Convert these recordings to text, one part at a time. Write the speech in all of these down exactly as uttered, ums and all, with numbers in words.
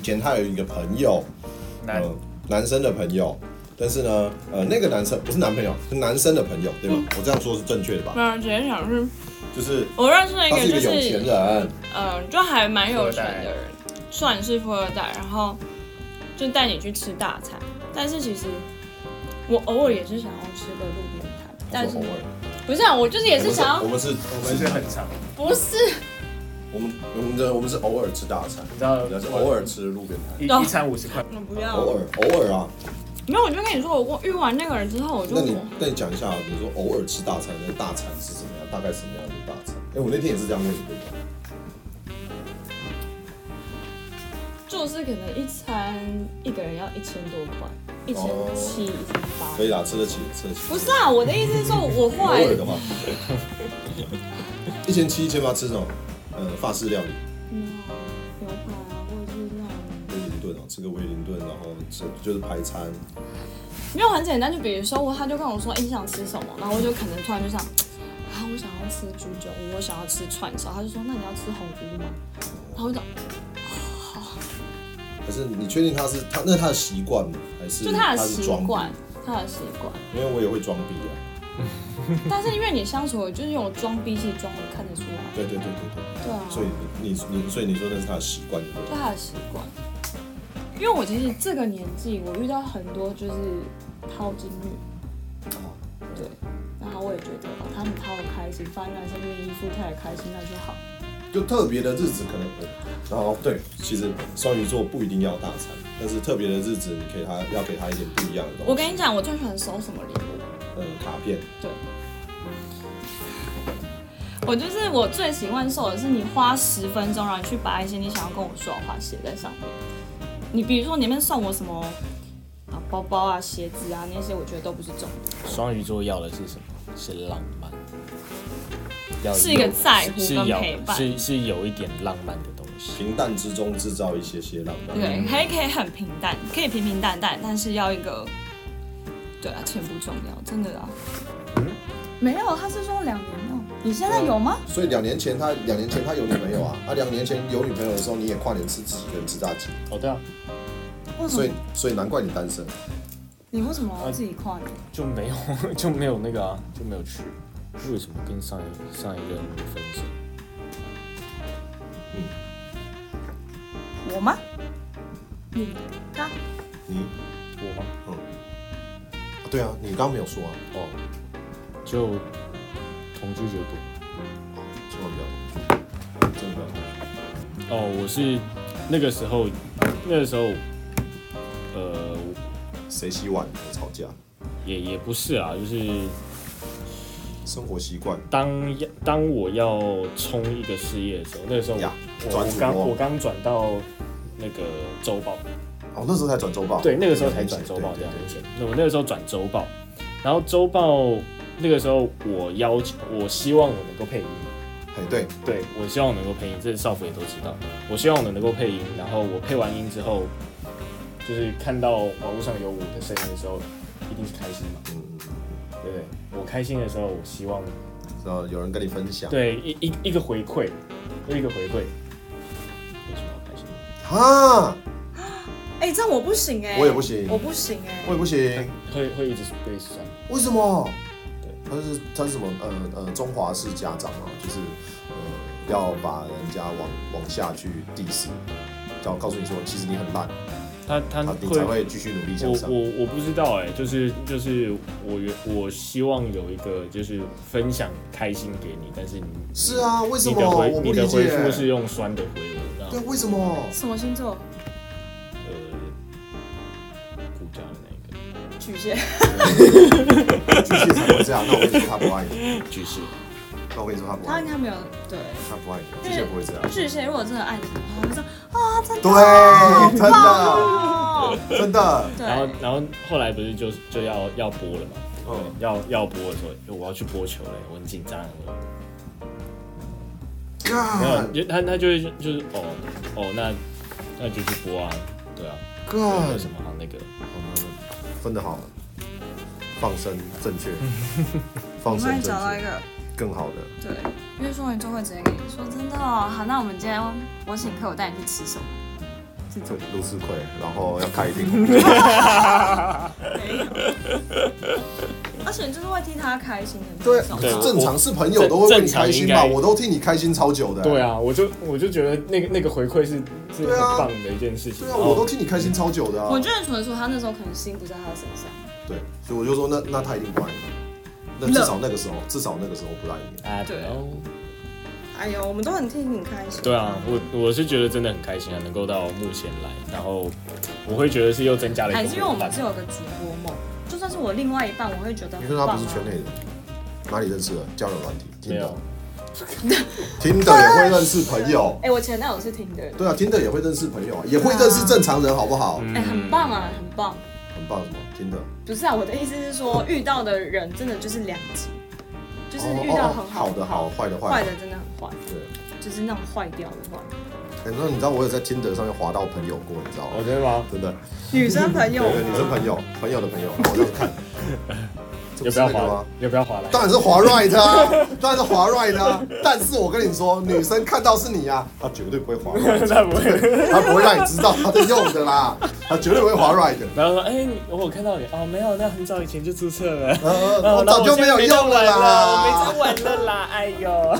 前他有一个朋友，男、呃、男生的朋友，但是呢，呃，那个男生不是男朋友，是男生的朋友，对吗？嗯、我这样说是正确的吧？ 没有，只是想是， 就是我认识了一个，就是他是一个有钱人， 嗯，就还蛮有钱的人，算是富二代，然后就带你去吃大餐，但是其实我偶尔也是想要吃个路边摊，但是不是啊，我就是也是想要， 我们是我们是很长， 不是。 我们我们的我们是偶尔吃大餐， 你知道， 是偶尔吃路边摊， 一一餐五十块。 我不要。 偶尔偶尔啊。 没有，我就跟你说，我遇完那个人之后，我就那你那你讲一下，你说偶尔吃大餐，那大餐是什么样？大概什么样的大餐？哎、欸，我那天也是这样问你对吧？ 就是可能一餐一个人要一千多块，一千七、一千八。 可以啦，吃得起，吃得起。 不是啊，我的意思是说，我后来偶尔的话，一千七、一千八吃什么？呃，法式料理。 嗯，牛排啊，或者是那种威灵顿啊，吃个威灵顿，然后吃就是排餐。 没有很简单，就比如说我，他就跟我说，哎、欸，你想吃什么？然后我就可能突然就想，啊，我想要吃居酒屋，我想要吃串烧。他就说，那你要吃红屋吗？然后我就，好、哦。 可是你确定他是他那是他的习惯吗？还是就他的习惯，他的习惯。 因为我也会装逼啊。 但是因为你相处，就是用装逼气装的看得出来。 对对对对对。 对啊。 所以你你你所以你说那是他的习惯，对不对？ 对他的习惯。因为我其实这个年纪，我遇到很多就是掏金女。 哦。 对。然后我也觉得，哦，他们掏得开心，发现男生愿意付太开心，那就好。 就特别的日子可能，然后对，其实双鱼座不一定要大餐，但是特别的日子，你给他要给他一点不一样的东西。 我跟你讲，我最喜欢收什么礼物？ 呃，卡片。 对。我就是我最喜欢收的是你花十分钟，然后你去把一些你想要跟我说的话写在上面。你比如说，你那边送我什么啊，包包啊、鞋子啊那些，我觉得都不是重点。 双鱼座要的是什么？是浪漫。 是一个在乎跟陪伴， 是是有一点浪漫的东西。 平淡之中制造一些些浪漫。 对，还可以很平淡，可以平平淡淡，但是要一个，对啊，钱不重要，真的啊。嗯，没有，他是说两年哦。你现在有吗？ 所以两年前他两年前他有女朋友啊，他两年前有女朋友的时候，你也跨年吃自己一个人吃炸鸡。 哦，对啊。 所以所以难怪你单身。 你为什么要自己跨年？ 就没有就没有那个啊，就没有去。为什么跟上一上一任分手？ 嗯， 我吗？你他？ 你我吗？ 嗯，对啊，你刚刚没有说啊。 哦，就同居就多， 千万不要同居，真的不要同居。 哦，我是那个时候，那个时候，呃， 谁洗碗我吵架？ 也也不是啊，就是。 生活习惯。 当当我要冲一个事业的时候，那个时候我我刚我刚转到那个周报， 哦，那时候才转周报。 对，那个时候才转周报，两年前。那我那个时候转周报，然后周报那个时候我要求，我希望我能够配音。 哎，对， 对我希望我能够配音，这少辅也都知道。我希望我能够配音，然后我配完音之后，就是看到网络上有我的声音的时候，一定是开心嘛。嗯嗯嗯，对不对？我开心的时候，我希望， 然后有人跟你分享， 对，一一一个回馈，一个回馈，有什么好开心的？ 哈， 哎、欸，这样我不行哎、欸， 我也不行， 我不行哎、欸， 我也不行， 会会一直被酸。 为什么？ 对， 他是他是什么？呃呃，中华式家长啊，就是呃要把人家往往下去 diss， 要告诉你说，其实你很烂。 他他你才会继续努力向上。 我我我不知道哎、欸，就是就是我我希望有一个就是分享开心给你，但是你是啊，为什么你的回我不你的回复是用酸的回我？ 对，为什么？ 什么星座？ 呃，顾家的那个巨蟹。 巨蟹才会这样，那我跟你说他不爱你。 巨蟹。 那我跟你说他不爱你。 他应该没有对。 他不爱你，巨蟹不会这样。 巨蟹如果真的爱你的话，会说啊，真的。 对，真的，真的。 然后然后后来不是就就要要播了嘛？嗯，要要播的时候，我要去播球嘞，我很紧张。没有，他他就会就是哦哦，那那就去播啊，对啊。 God， 有什么好那个？ 分得好，放生正确，放生正确。 找到一个更好的。 对，因为双鱼座会直接跟你说真的哦，好，那我们今天我请客，我带你去吃什么？ 是怎么？ 如吃亏，然后要开订。 没有，而且就是会替他开心的。 对，正常是朋友都会为你开心吧？我都替你开心超久的。 对啊，我就我就觉得那个那个回馈是是很棒的一件事情。 对啊，我都替你开心超久的啊。 我觉得纯属他那时候可能心不在他身上。 对，所以我就说那那他一定不爱你。那至少那个时候，至少那个时候不爱你。 对。哎呦，我们都很替你开心。 对啊，我我是觉得真的很开心啊，能够到目前来，然后我会觉得是又增加了一个。 还是因为我们是有个直播梦，就算是我另外一半，我会觉得。 你说他不是圈内人，哪里认识的？交友软体？ 没有。 听的也会认识朋友。 哎，我前男友是听的。 对啊，听的也会认识朋友，也会认识正常人，好不好？ 哎，很棒啊，很棒。 很棒什么？听的？ 不是啊，我的意思是说，遇到的人真的就是两极。就是遇到很好的好，坏的坏， 坏的真的很坏， 对， 就是那种坏掉的坏。 哎，那你知道我有在Tinder上面滑到朋友过，你知道吗？ 真的吗？ 真的。 女生朋友， 对，女生朋友，朋友的朋友，我就看。 要不要滑？要不要滑来？ 当然是滑 right 啊，当然是滑 right 啊。但是我跟你说，女生看到是你啊，她绝对不会滑 right， 她不会，她不会让你知道她在用的啦，她绝对不会滑 right 的。 然后说，哎、欸，我看到你哦，没有，那很早以前就注册了， 呃，我早就没有用了啦， 没在玩了啦，哎呦。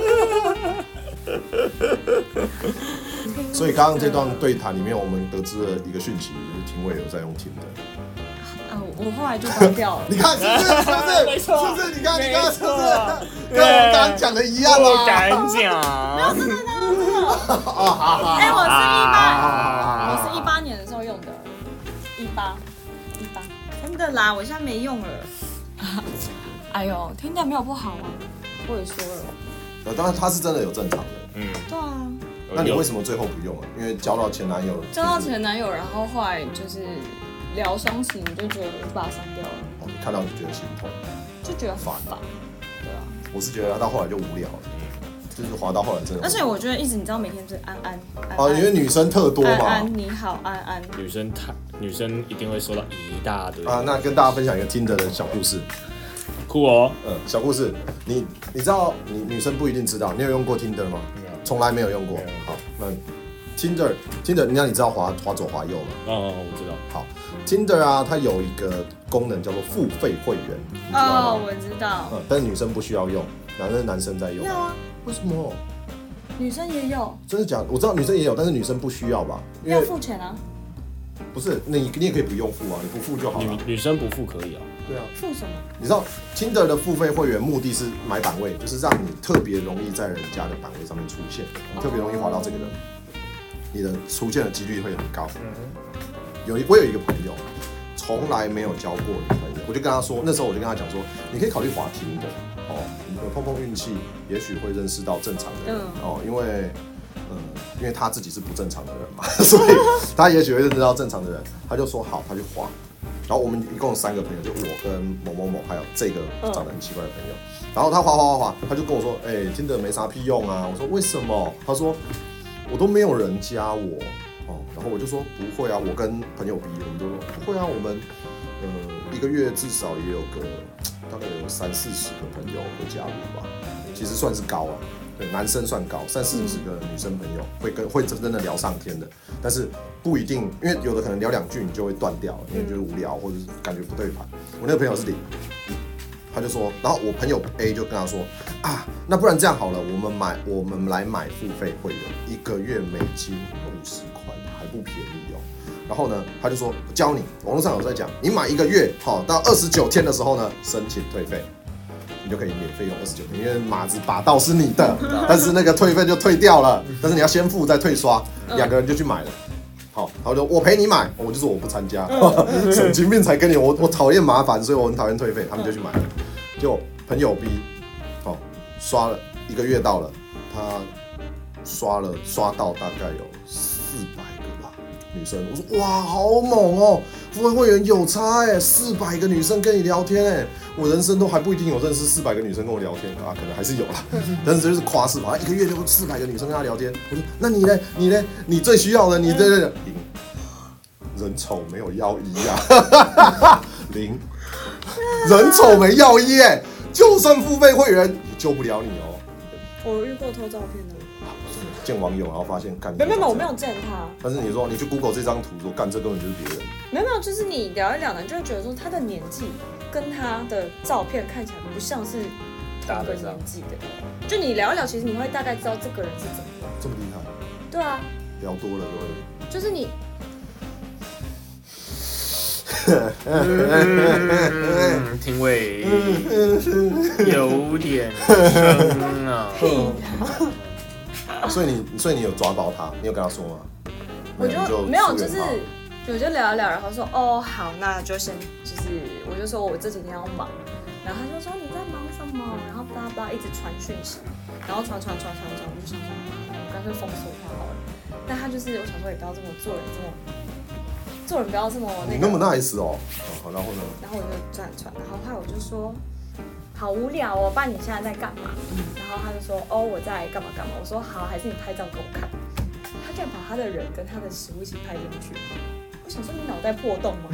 所以刚刚这段对谈里面，我们得知了一个讯息，就是廷伟有在用听的。 我后来就关掉了。 你看是不是？是不是？ 没错， 是不是？你看，你看是不是？跟我刚刚讲的一样啊！ 不敢讲。 没有，真的，真的，真的。哎，我是一八，我是一八年的时候用的，一八，一八，真的啦，我现在没用了。哎呦，听的没有不好啊，我也说了。 呃，当然他是真的有正常的。 嗯。对啊。 那你为什么最后不用了？因为交到前男友。 交到前男友，然后后来就是。聊双期你就觉得我把它删掉了， 哦，你看到就觉得心痛， 就觉得烦吧，对啊。 我是觉得到后来就无聊了，就是滑到后来真的。 而且我觉得一直你知道每天是安安安哦，因为女生特多嘛。 安安你好安安。 女生太女生一定会收到一大堆啊。那跟大家分享一个 Tinder 的小故事。 酷哦。 嗯，小故事，你你知道你女生不一定知道，你有用过 Tinder 吗？没有，从来没有用过。好，那 Tinder Tinder， 你知道你知道滑滑左滑右吗？ 哦，我知道。 好。Tinder 啊，它有一个功能叫做付费会员，你知道吗？ 哦，我知道。 嗯，但是女生不需要用，男生男生在用。 要啊？ 为什么？ 女生也有。 真的假的？我知道女生也有，但是女生不需要吧？因为要付钱啊。 不是，你你也可以不用付啊，你不付就好了。 女女生不付可以啊。 对啊。 付什么？ 你知道 Tinder 的付费会员目的是买版位，就是让你特别容易在人家的版位上面出现，你特别容易滑到这个人，你的出现的几率会很高。嗯。有我有一个朋友，从来没有交过女朋友，我就跟他说，那时候我就跟他讲说，你可以考虑滑听的哦，你碰碰运气，也许会认识到正常的人、嗯、哦，因为嗯，因为他自己是不正常的人嘛，所以他也许会认识到正常的人，他就说好，他去滑。然后我们一共有三个朋友，就我跟某某某，还有这个长得很奇怪的朋友。然后他滑滑滑滑，他就跟我说，哎、欸，听的没啥屁用啊。我说为什么？他说我都没有人加我。哦，然后我就说不会啊，我跟朋友比，我们就说不会啊，我们呃一个月至少也有个大概有三四十个朋友会加入吧，其实算是高啊，对，男生算高，三四十个女生朋友会跟会真的聊上天的，但是不一定，因为有的可能聊两句你就会断掉了，因为觉得无聊或者是感觉不对盘。我那个朋友是零，他就说，然后我朋友 A 就跟他说啊，那不然这样好了，我们买我们来买付费会员，一个月美金五十块。不便宜哦，然后呢，他就说我教你，网络上有在讲，你买一个月，好到二十九天的时候呢，申请退费，你就可以免费用二十九天，因为马子把到是你的，但是那个退费就退掉了，但是你要先付再退刷，两个人就去买了。好，然后就我陪你买，我就说我不参加，神经病才跟你，我我讨厌麻烦，所以我很讨厌退费，他们就去买了。结果朋友 B， 好刷了一个月到了，他刷了刷到大概有四百个吧女生，我说哇好猛哦，付费会员有差哎，四百个女生跟你聊天哎，我人生都还不一定有认识四百个女生跟我聊天啊，可能还是有啦，但是这就是夸饰吧，一个月就四百个女生跟他聊天，我说那你呢你呢你最需要的你对对对零，人丑没有药医啊，零，人丑没药医哎，就算付费会员也救不了你哦。 我遇过偷照片的。 见网友，然后发现干。 没有没有，我没有见他。 但是你说你去 Google 这张图，说干这根本就是别人。 没有没有，就是你聊一聊呢，你就会觉得说他的年纪跟他的照片看起来不像是同个年纪的。就你聊一聊，其实你会大概知道这个人是怎么样。 这么厉害？ 对啊。 聊多了就会。 就是你。 嗯，听味有点深啊。 所以你，所以你有抓到他，你有跟他说吗？ 我就没有，就是我就聊一聊，然后说哦好，那就先就是我就说我这几天要忙，然后他就说你在忙什么，然后巴拉巴拉一直传讯息，然后传传传传传，我就想说我干脆封锁他好了。但他就是我想说也不要这么做人这么。做人不要这么那个。 你那么 nice 哦。好，然后呢？ 然后我就转传，然后后来我就说，好无聊哦，爸你现在在干嘛？然后他就说，哦我在干嘛干嘛。我说好，还是你拍照给我看。他竟然把他的人跟他的食物一起拍进去。我想说你脑袋破洞吗？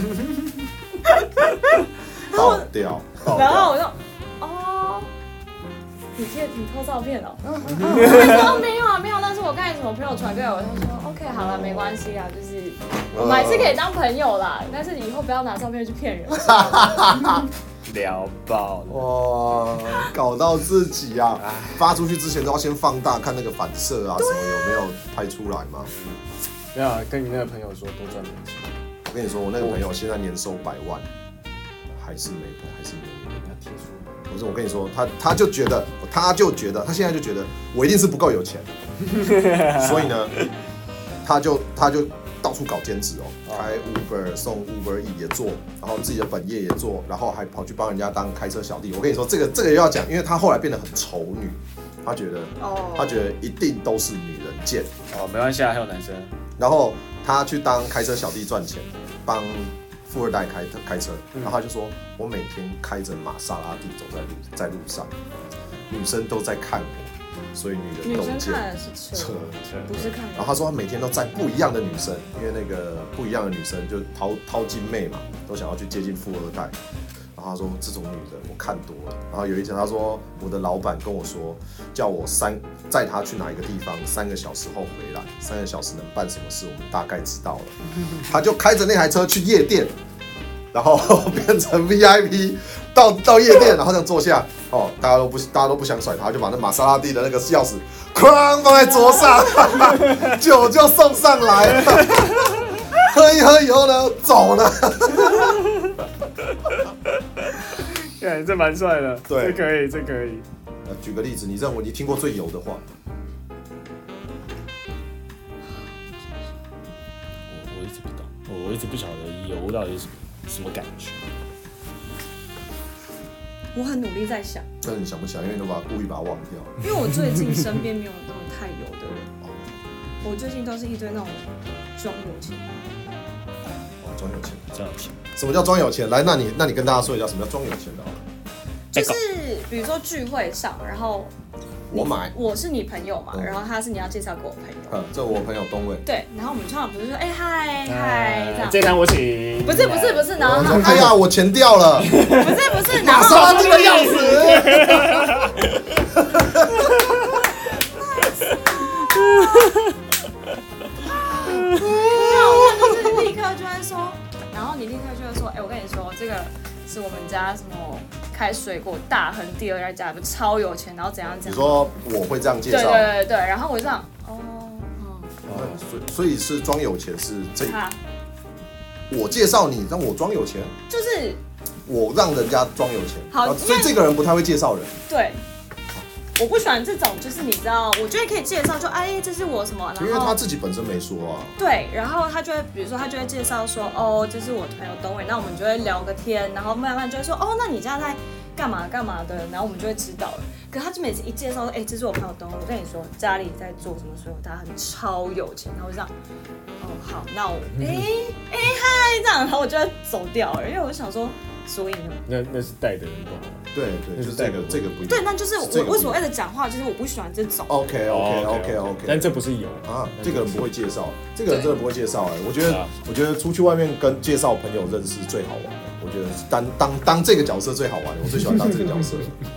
爆掉。 然后我就，哦。你贴你偷照片哦？我说没有啊，没有，那是我看什么朋友传给我。他说 OK 好了，没关系啊，就是我们还是可以当朋友啦，但是以后不要拿照片去骗人。 聊爆了哇，搞到自己啊！发出去之前都要先放大看那个反射啊，什么有没有拍出来嘛？ 没有，跟你那个朋友说多赚点钱。 我跟你说，我那个朋友现在年收百万，还是没还是没有人家贴出。 不是，我跟你说，他他就觉得，他就觉得，他现在就觉得我一定是不够有钱，所以呢，他就他就到处搞兼职哦，开 Uber 送 Uber E 也做，然后自己的本业也做，然后还跑去帮人家当开车小弟。我跟你说，这个这个又要讲，因为他后来变得很丑女，他觉得，哦，他觉得一定都是女人贱。 哦，没关系啊，还有男生。 然后他去当开车小弟赚钱，帮富二代开开车，然后他就说：“我每天开着玛莎拉蒂走在路在路上，女生都在看我，所以女人都见。”女生看的是车，车不是看。 然后他说他每天都载不一样的女生，因为那个不一样的女生就淘淘金妹嘛，都想要去接近富二代。然后他说这种女人我看多了。然后有一天他说我的老板跟我说，叫我三载他去哪一个地方，三个小时后回来，三个小时能办什么事，我们大概知道了。他就开着那台车去夜店，然后变成 V I P 到到夜店，然后这样坐下，哦，大家都不大家都不想甩他，就把那玛莎拉蒂的那个钥匙哐放在桌上，酒就送上来了，喝一喝以后呢，走了。 看，这蛮帅的， 对， 这可以，这可以。 呃，举个例子，你认为你听过最油的话？ 我我一直不懂，我一直不晓得油到底是什么什么感觉。 我很努力在想， 但是你想不起来，因为你都把故意把它忘掉。 因为我最近身边没有那种太油的人，我最近都是一堆那种装有钱。 哦，装有钱， 装有钱。 什么叫装有钱？来，那你那你跟大家说一下什么叫装有钱的好了。 就是比如说聚会上，然后我买， 我是你朋友嘛，嗯、然后他是你要介绍给我朋友。 嗯，这我朋友东伟。 对，然后我们通常不是说，哎嗨嗨这样。 这单我请。 不是不是不是，然后说，哎呀，我钱掉了。 不是不是， 玛莎拉蒂的钥匙。 然后你立刻就会说，哎、欸，我跟你说，这个是我们家什么开水果大亨第二家，就超有钱，然后怎样怎样。 你说我会这样介绍？ 对对对对，然后我就这样，哦，嗯， 所以所以是装有钱是这，我介绍你让我装有钱， 就是我让人家装有钱。 好， 所以这个人不太会介绍人。 对。我不喜欢这种，就是你知道，我觉得可以介绍，就哎，这是我什么，然后因为他自己本身没说啊。 对，然后他就会，比如说他就会介绍说，哦，这是我朋友东伟，那我们就会聊个天，然后慢慢就会说，哦，那你家在干嘛干嘛的，然后我们就会知道了。可他就每次一介绍说，哎，这是我朋友东伟，我跟你说家里在做什么，所以他很超有钱，然后我就这样，哦，好，那我，哎哎嗨，这样，然后我就会走掉了，因为我想说，所以呢， 那那是带的人不好。 对对，就是这个这个不一样。 对，那就是我为什么一直讲话，就是我不喜欢这种。 OK OK OK OK， 但这不是有啊，这个人不会介绍，这个人真的不会介绍哎。我觉得我觉得出去外面跟介绍朋友认识最好玩的，我觉得当当当这个角色最好玩的，我最喜欢当这个角色。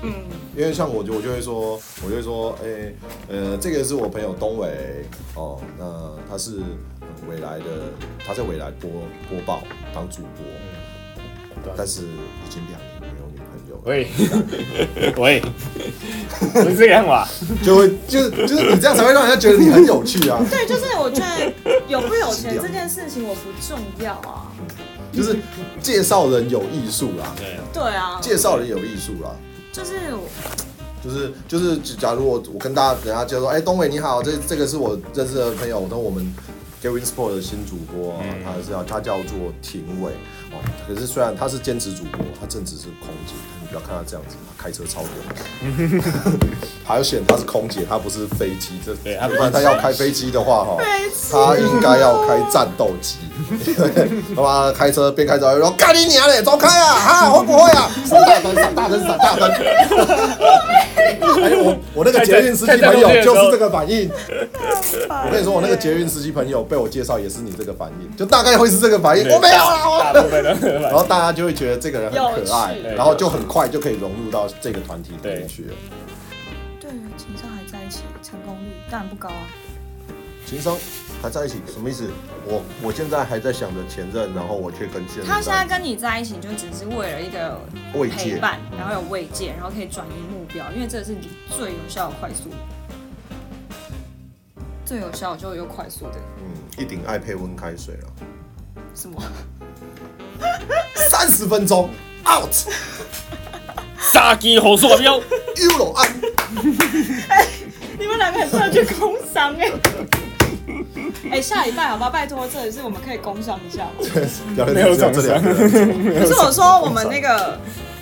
嗯，因为像我就我就会说，我就会说，哎、欸，呃，这个是我朋友东伟哦，那他是未来的，他在未来播播报当主播，嗯、但是已经两年没有女朋友了。 喂喂，不是这样吧？ 就会就就是你这样才会让人家觉得你很有趣啊。 对，就是我觉得有不有钱这件事情我不重要啊。 就是介绍人有艺术啦， 对啊， 介绍人有艺术啦， 就是就是就是，假如我我跟大家等下就说，哎、欸，东伟你好，这这个是我认识的朋友，跟我们 Gavin Sport 的新主播，嗯、他是要他叫做廷伟哦，可是虽然他是兼职主播，他正职是空姐，你不要看他这样子，他开车超屌，还有显他是空姐，他不是飞机，这对，不然他要开飞机的话哈，他应该要开战斗机。他妈开车边开车说干你娘嘞，走开啊！啊，会不会啊？闪大灯，闪大灯，闪大灯。哎，我我那个捷运司机朋友就是这个反应。我跟你说，我那个捷运司机朋友被我介绍也是你这个反应，就大概会是这个反应。我没有啦，然后大家就会觉得这个人很可爱，然后就很快就可以融入到这个团体里面去了。 对，情商还在一起，成功率当然不高啊。 情商还在一起什么意思？我我现在还在想着前任，然后我却跟现任。 他现在跟你在一起，就只是为了一个陪伴，然后有慰藉，然后可以转移目标，因为这是你最有效的快速，最有效就又快速的。 嗯，一顶爱配温开水了。 什么？ 三十分钟 out。 杀鸡猴刷标。 优龙安。 哎，你们两个很适合去工商哎。哎、欸，下礼拜好不好？拜托，这里是我们可以工商一下吗？ 没有这两个人。 不是我说我们那个，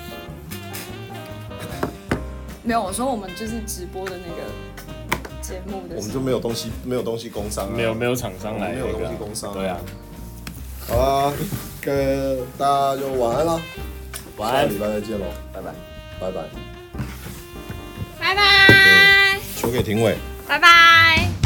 没有我说我们就是直播的那个节目的， 我们就没有东西，没有东西工商、啊， 没有没有厂商来、那個， 没有东西工商、啊， 对啊。 好啦，跟大家就晚安啦， 晚安， 下礼拜再见喽， 拜拜， 拜拜， 拜拜， 球给廷伟， 拜拜。